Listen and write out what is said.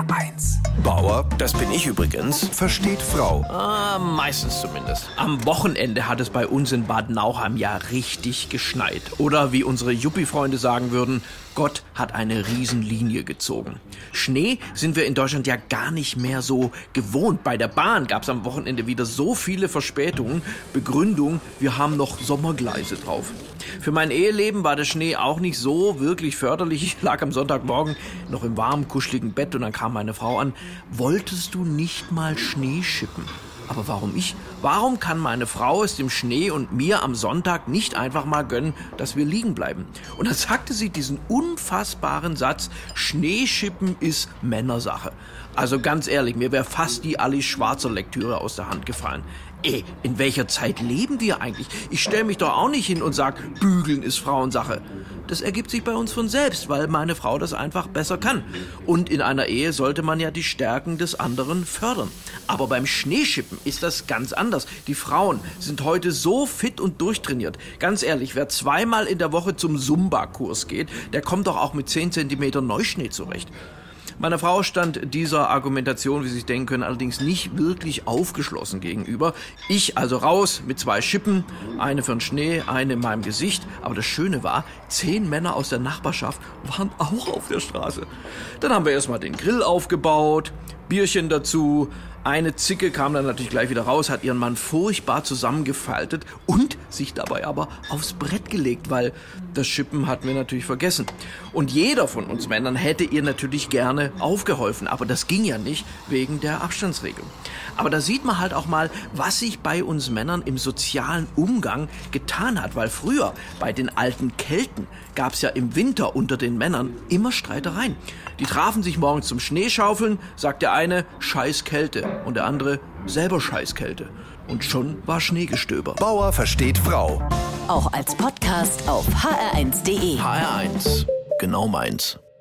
HR1. Bauer, das bin ich übrigens, versteht Frau. Meistens zumindest. Am Wochenende hat es bei uns in Bad Nauheim ja richtig geschneit. Oder wie unsere Yuppie-Freunde sagen würden, Gott hat eine Riesenlinie gezogen. Schnee sind wir in Deutschland ja gar nicht mehr so gewohnt. Bei der Bahn gab es am Wochenende wieder so viele Verspätungen. Begründung, wir haben noch Sommergleise drauf. Für mein Eheleben war der Schnee auch nicht so wirklich förderlich. Ich lag am Sonntagmorgen noch im warmen, kuscheligen Bett und dann kam meine Frau an. Wolltest du nicht mal Schnee schippen? Aber warum ich? Warum kann meine Frau es dem Schnee und mir am Sonntag nicht einfach mal gönnen, dass wir liegen bleiben? Und dann sagte sie diesen unfassbaren Satz, Schneeschippen ist Männersache. Also ganz ehrlich, mir wäre fast die Alice Schwarzer Lektüre aus der Hand gefallen. In welcher Zeit leben wir eigentlich? Ich stelle mich doch auch nicht hin und sage, bügeln ist Frauensache. Das ergibt sich bei uns von selbst, weil meine Frau das einfach besser kann. Und in einer Ehe sollte man ja die Stärken des anderen fördern. Aber beim Schneeschippen ist das ganz anders. Die Frauen sind heute so fit und durchtrainiert. Ganz ehrlich, wer 2-mal in der Woche zum Zumba-Kurs geht, der kommt doch auch mit 10 Zentimeter Neuschnee zurecht. Meiner Frau stand dieser Argumentation, wie Sie sich denken können, allerdings nicht wirklich aufgeschlossen gegenüber. Ich also raus mit 2 Schippen, eine für den Schnee, eine in meinem Gesicht. Aber das Schöne war, 10 Männer aus der Nachbarschaft waren auch auf der Straße. Dann haben wir erstmal den Grill aufgebaut, Bierchen dazu. Eine Zicke kam dann natürlich gleich wieder raus, hat ihren Mann furchtbar zusammengefaltet und sich dabei aber aufs Brett gelegt, weil das Schippen hatten wir natürlich vergessen. Und jeder von uns Männern hätte ihr natürlich gerne aufgeholfen, aber das ging ja nicht wegen der Abstandsregelung. Aber da sieht man halt auch mal, was sich bei uns Männern im sozialen Umgang getan hat, weil früher bei den alten Kelten gab es ja im Winter unter den Männern immer Streitereien. Die trafen sich morgens zum Schneeschaufeln, sagt der eine, scheiß Kälte, und der andere, selber scheiß Kälte. Und schon war Schneegestöber. Bauer versteht Frau. Auch als Podcast auf hr1.de. HR1, genau meins.